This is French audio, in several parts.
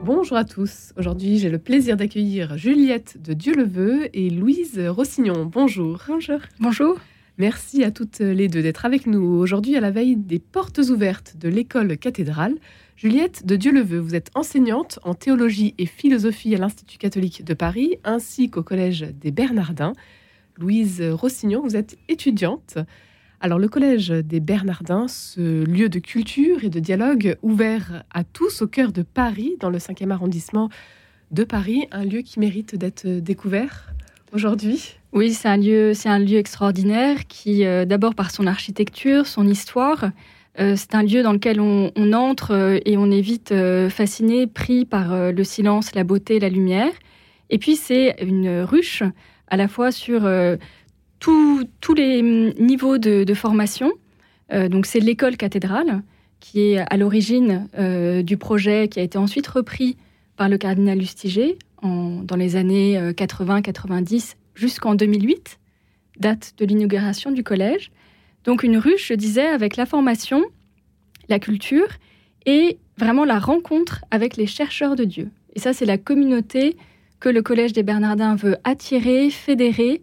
Bonjour à tous. Aujourd'hui, j'ai le plaisir d'accueillir Juliette de Dieuleveux et Louise Rossignon. Bonjour. Bonjour. Bonjour. Merci à toutes les deux d'être avec nous aujourd'hui à la veille des portes ouvertes de l'école cathédrale. Juliette de Dieuleveux, vous êtes enseignante en théologie et philosophie à l'Institut catholique de Paris ainsi qu'au Collège des Bernardins. Louise Rossignon, vous êtes étudiante. Alors, le Collège des Bernardins, ce lieu de culture et de dialogue ouvert à tous au cœur de Paris, dans le 5e arrondissement de Paris, un lieu qui mérite d'être découvert aujourd'hui. Oui, c'est un lieu extraordinaire qui, d'abord par son architecture, son histoire, c'est un lieu dans lequel on entre et on est vite fasciné, pris par le silence, la beauté, la lumière. Et puis, c'est une ruche à la fois sur tous les niveaux de formation. Donc, c'est l'école cathédrale qui est à l'origine du projet qui a été ensuite repris par le cardinal Lustiger dans les années 80-90 jusqu'en 2008, date de l'inauguration du collège. Donc, une ruche, je disais, avec la formation, la culture et vraiment la rencontre avec les chercheurs de Dieu. Et ça, c'est la communauté que le Collège des Bernardins veut attirer, fédérer,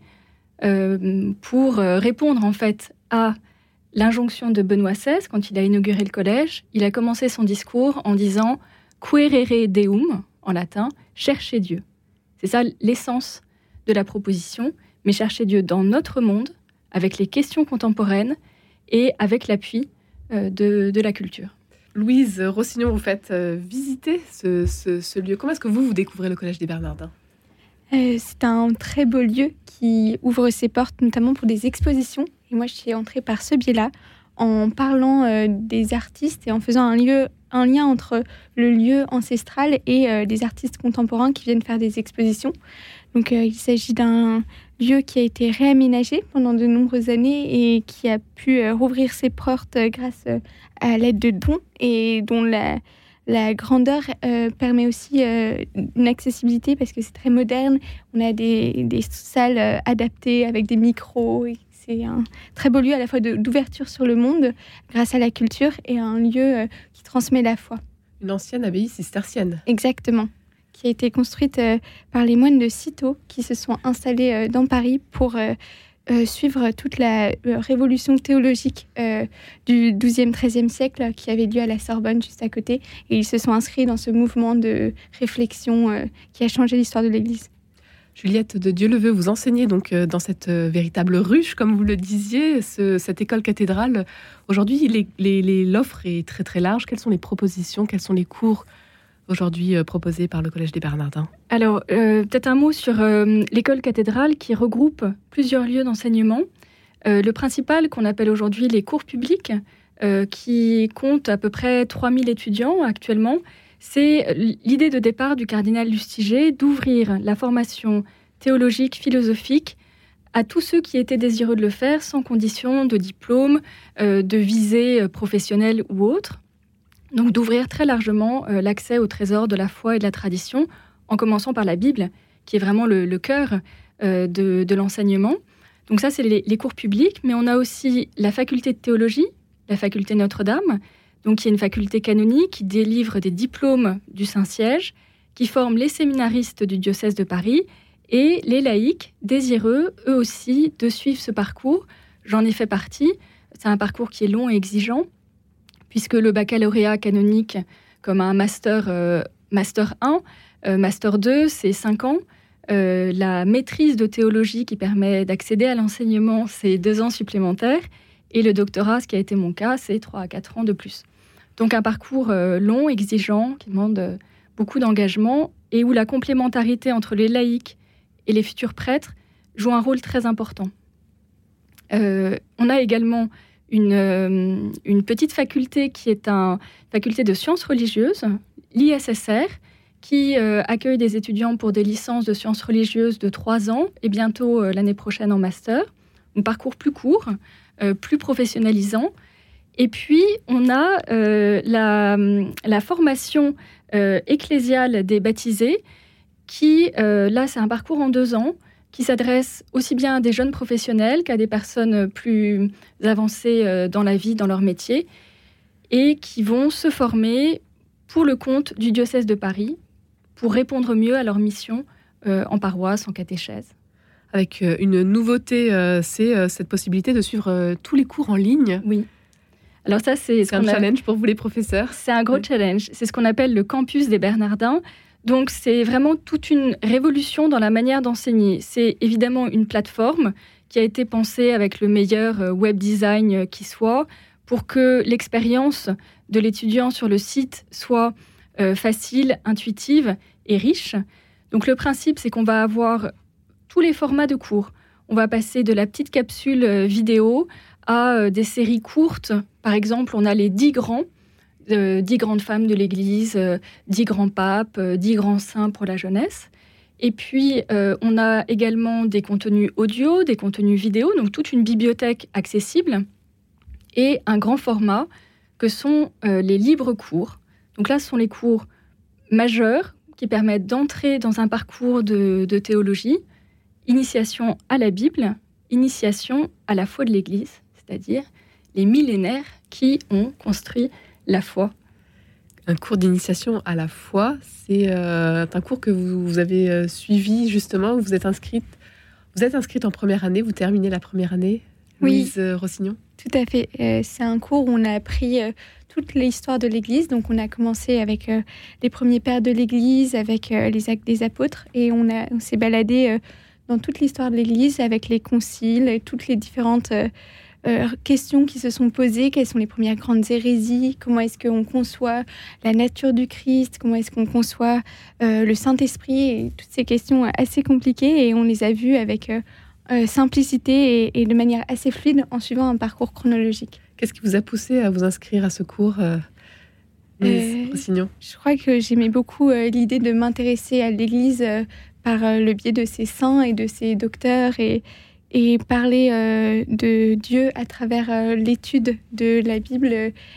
pour répondre en fait à l'injonction de Benoît XVI quand il a inauguré le collège. Il a commencé son discours en disant « Quaerere Deum » en latin, « chercher Dieu ». C'est ça l'essence de la proposition, mais chercher Dieu dans notre monde, avec les questions contemporaines et avec l'appui de la culture. Louise Rossignon, vous faites visiter ce lieu. Comment est-ce que vous découvrez le Collège des Bernardins ? C'est un très beau lieu qui ouvre ses portes notamment pour des expositions. Et moi, je suis entrée par ce biais-là en parlant des artistes et en faisant un lien entre le lieu ancestral et des artistes contemporains qui viennent faire des expositions. Donc, il s'agit d'un lieu qui a été réaménagé pendant de nombreuses années et qui a pu rouvrir ses portes grâce à l'aide de dons et dont la grandeur permet aussi une accessibilité parce que c'est très moderne. On a des salles adaptées avec des micros. Et c'est un très beau lieu à la fois d'ouverture sur le monde grâce à la culture et un lieu qui transmet la foi. Une ancienne abbaye cistercienne. Exactement. Qui a été construite par les moines de Cîteaux qui se sont installés dans Paris pour suivre toute la révolution théologique du XIIe, XIIIe siècle qui avait lieu à la Sorbonne juste à côté. Et ils se sont inscrits dans ce mouvement de réflexion qui a changé l'histoire de l'Église. Juliette de Dieuleveux, vous enseignez donc dans cette véritable ruche, comme vous le disiez, cette école cathédrale. Aujourd'hui, l'offre est très très large. Quelles sont les propositions, quels sont les cours aujourd'hui proposés par le Collège des Bernardins? Alors, peut-être un mot sur l'école cathédrale qui regroupe plusieurs lieux d'enseignement. Le principal, qu'on appelle aujourd'hui les cours publics, qui compte à peu près 3000 étudiants actuellement, c'est l'idée de départ du cardinal Lustiger d'ouvrir la formation théologique, philosophique à tous ceux qui étaient désireux de le faire sans condition de diplôme, de visée professionnelle ou autre. Donc d'ouvrir très largement l'accès au trésor de la foi et de la tradition, en commençant par la Bible, qui est vraiment le cœur de l'enseignement. Donc ça, c'est les cours publics, mais on a aussi la faculté de théologie, la faculté Notre-Dame, donc qui est une faculté canonique qui délivre des diplômes du Saint-Siège, qui forme les séminaristes du diocèse de Paris et les laïcs désireux, eux aussi, de suivre ce parcours. J'en ai fait partie. C'est un parcours qui est long et exigeant, puisque le baccalauréat canonique, comme un master 1, master 2, c'est 5 ans. La maîtrise de théologie qui permet d'accéder à l'enseignement, c'est 2 ans supplémentaires. Et le doctorat, ce qui a été mon cas, c'est 3 à 4 ans de plus. Donc un parcours long, exigeant, qui demande beaucoup d'engagement et où la complémentarité entre les laïcs et les futurs prêtres joue un rôle très important. On a également une petite faculté qui est une faculté de sciences religieuses, l'ISSR, qui accueille des étudiants pour des licences de sciences religieuses de 3 ans et bientôt l'année prochaine en master. Un parcours plus court, plus professionnalisant. Et puis, on a la formation ecclésiale des baptisés qui, là, c'est un parcours en 2 ans qui s'adresse aussi bien à des jeunes professionnels qu'à des personnes plus avancées dans la vie, dans leur métier, et qui vont se former pour le compte du diocèse de Paris, pour répondre mieux à leur mission en paroisse, en catéchèse. Avec une nouveauté, c'est cette possibilité de suivre tous les cours en ligne. Oui. Alors ça, c'est un challenge pour vous les professeurs. C'est un gros challenge. C'est ce qu'on appelle le campus des Bernardins. Donc c'est vraiment toute une révolution dans la manière d'enseigner. C'est évidemment une plateforme qui a été pensée avec le meilleur web design qui soit pour que l'expérience de l'étudiant sur le site soit facile, intuitive et riche. Donc le principe, c'est qu'on va avoir tous les formats de cours. On va passer de la petite capsule vidéo à des séries courtes. Par exemple, on a les 10 grands, 10 grandes femmes de l'Église, 10 grands papes, 10 grands saints pour la jeunesse. Et puis, on a également des contenus audio, des contenus vidéo, donc toute une bibliothèque accessible et un grand format que sont les libres cours. Donc là, ce sont les cours majeurs qui permettent d'entrer dans un parcours de théologie, initiation à la Bible, initiation à la foi de l'Église, c'est-à-dire les millénaires qui ont construit la foi. Un cours d'initiation à la foi, c'est un cours que vous avez suivi justement, où vous êtes inscrite. Vous êtes inscrite en première année, vous terminez la première année, Louise Rossignon. Tout à fait. C'est un cours où on a appris toute l'histoire de l'Église. Donc on a commencé avec les premiers pères de l'Église, avec les actes des apôtres, et on s'est baladé dans toute l'histoire de l'Église avec les conciles et toutes les différentes questions qui se sont posées. Quelles sont les premières grandes hérésies? Comment est-ce qu'on conçoit la nature du Christ? Comment est-ce qu'on conçoit le Saint-Esprit? Et toutes ces questions assez compliquées, et on les a vues avec simplicité et de manière assez fluide en suivant un parcours chronologique. Qu'est-ce qui vous a poussé à vous inscrire à ce cours, Louise Rossignon? Je crois que j'aimais beaucoup l'idée de m'intéresser à l'Église par le biais de ses saints et de ses docteurs, et parler de Dieu à travers l'étude de la Bible,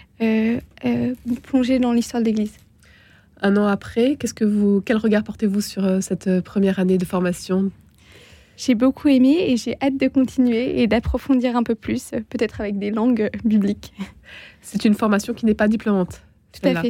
plonger dans l'histoire de l'Église. Un an après, quel regard portez-vous sur cette première année de formation? J'ai beaucoup aimé et j'ai hâte de continuer et d'approfondir un peu plus, peut-être avec des langues bibliques. C'est une formation qui n'est pas diplômante. Tout à fait.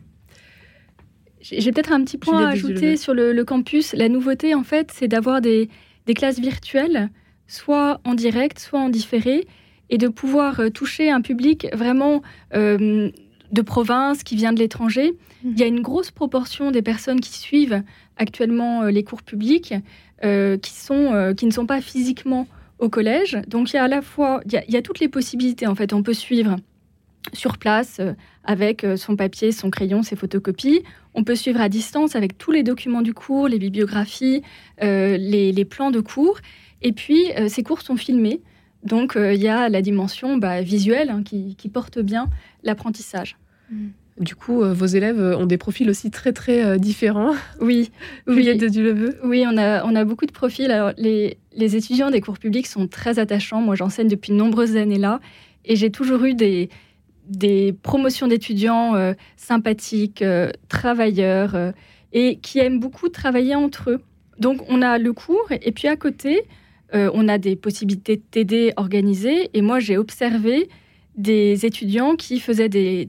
J'ai peut-être un petit point à ajouter sur le campus. La nouveauté, en fait, c'est d'avoir des classes virtuelles, soit en direct, soit en différé, et de pouvoir toucher un public vraiment de province, qui vient de l'étranger. Il y a une grosse proportion des personnes qui suivent actuellement les cours publics qui ne sont pas physiquement au collège. Donc il y a à la fois, il y a toutes les possibilités. En fait, on peut suivre sur place avec son papier, son crayon, ses photocopies. On peut suivre à distance avec tous les documents du cours, les bibliographies, les plans de cours. Et puis, ces cours sont filmés. Donc, il y a la dimension visuelle qui porte bien l'apprentissage. Du coup, vos élèves ont des profils aussi très, très différents. Oui. Juliette de Dieu-le-Veut. Oui, on a beaucoup de profils. Alors, les étudiants des cours publics sont très attachants. Moi, j'enseigne depuis de nombreuses années là. Et j'ai toujours eu des promotions d'étudiants sympathiques, travailleurs, et qui aiment beaucoup travailler entre eux. Donc, on a le cours, et puis à côté, on a des possibilités de TD organisées. Et moi, j'ai observé des étudiants qui faisaient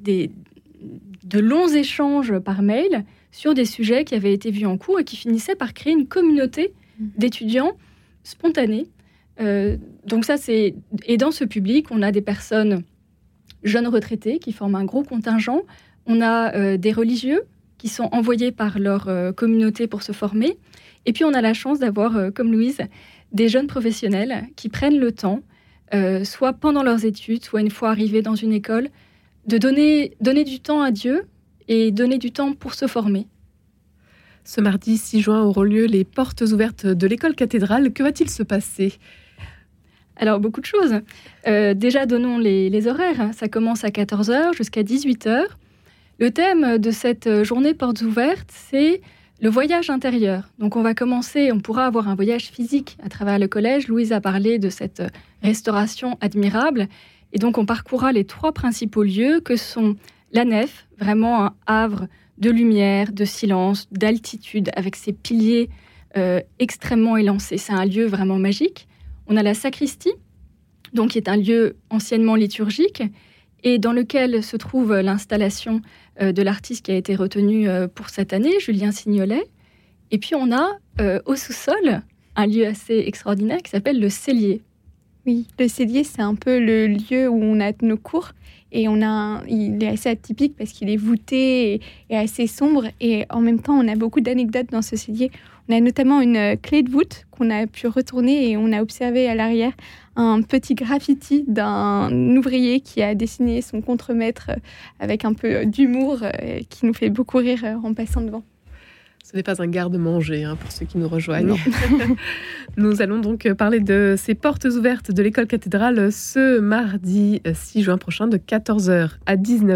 de longs échanges par mail sur des sujets qui avaient été vus en cours et qui finissaient par créer une communauté d'étudiants spontanés. Donc ça, c'est... Et dans ce public, on a des personnes jeunes retraités qui forment un gros contingent. On a des religieux qui sont envoyés par leur communauté pour se former. Et puis, on a la chance d'avoir, comme Louise, des jeunes professionnels qui prennent le temps, soit pendant leurs études, soit une fois arrivés dans une école, de donner du temps à Dieu et donner du temps pour se former. Ce mardi 6 juin auront lieu les portes ouvertes de l'école cathédrale. Que va-t-il se passer ? Alors, beaucoup de choses. Déjà, donnons les horaires. Ça commence à 14h jusqu'à 18h. Le thème de cette journée portes ouvertes, c'est le voyage intérieur. Donc, on pourra avoir un voyage physique à travers le collège. Louise a parlé de cette restauration admirable. Et donc, on parcourra les 3 principaux lieux que sont la nef, vraiment un havre de lumière, de silence, d'altitude, avec ses piliers extrêmement élancés. C'est un lieu vraiment magique. On a la sacristie, donc qui est un lieu anciennement liturgique. et dans lequel se trouve l'installation de l'artiste qui a été retenu pour cette année, Julien Signolet. Et puis on a au sous-sol un lieu assez extraordinaire qui s'appelle le cellier. Oui, le cellier, c'est un peu le lieu où on a nos cours. Et il est assez atypique parce qu'il est voûté et assez sombre. Et en même temps, on a beaucoup d'anecdotes dans ce cellier. On a notamment une clé de voûte qu'on a pu retourner et on a observé à l'arrière un petit graffiti d'un ouvrier qui a dessiné son contremaître avec un peu d'humour qui nous fait beaucoup rire en passant devant. Ce n'est pas un garde-manger pour ceux qui nous rejoignent. Nous allons donc parler de ces portes ouvertes de l'école cathédrale ce mardi 6 juin prochain de 14h à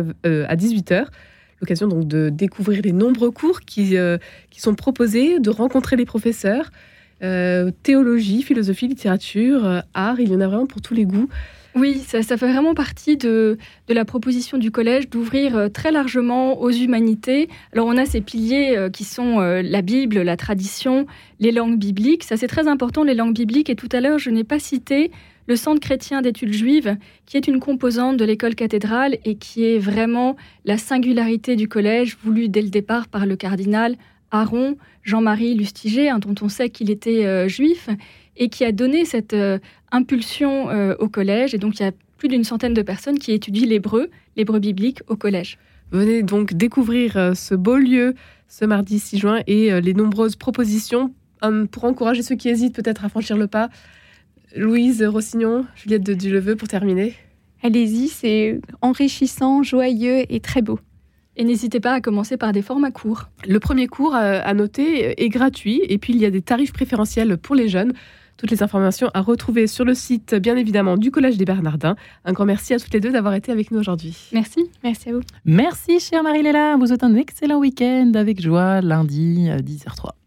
18h. L'occasion donc de découvrir les nombreux cours qui sont proposés, de rencontrer les professeurs. Théologie, philosophie, littérature, art, il y en a vraiment pour tous les goûts. Oui, ça fait vraiment partie de la proposition du collège d'ouvrir très largement aux humanités. Alors on a ces piliers qui sont la Bible, la tradition, les langues bibliques. Ça c'est très important, les langues bibliques. Et tout à l'heure, je n'ai pas cité le Centre chrétien d'études juives, qui est une composante de l'école cathédrale et qui est vraiment la singularité du collège, voulue dès le départ par le cardinal Aaron Jean-Marie Lustiger, dont on sait qu'il était juif, et qui a donné cette impulsion au collège. Et donc, il y a plus d'une centaine de personnes qui étudient l'hébreu biblique au collège. Venez donc découvrir ce beau lieu ce mardi 6 juin et les nombreuses propositions pour encourager ceux qui hésitent peut-être à franchir le pas. Louise Rossignon, Juliette de Dieuleveux, pour terminer. Allez-y, c'est enrichissant, joyeux et très beau. Et n'hésitez pas à commencer par des formats courts. Le premier cours, à noter, est gratuit. Et puis, il y a des tarifs préférentiels pour les jeunes. Toutes les informations à retrouver sur le site, bien évidemment, du Collège des Bernardins. Un grand merci à toutes les deux d'avoir été avec nous aujourd'hui. Merci. Merci à vous. Merci, chère Marie-Léla. Vous souhaite un excellent week-end avec joie, lundi 10h03.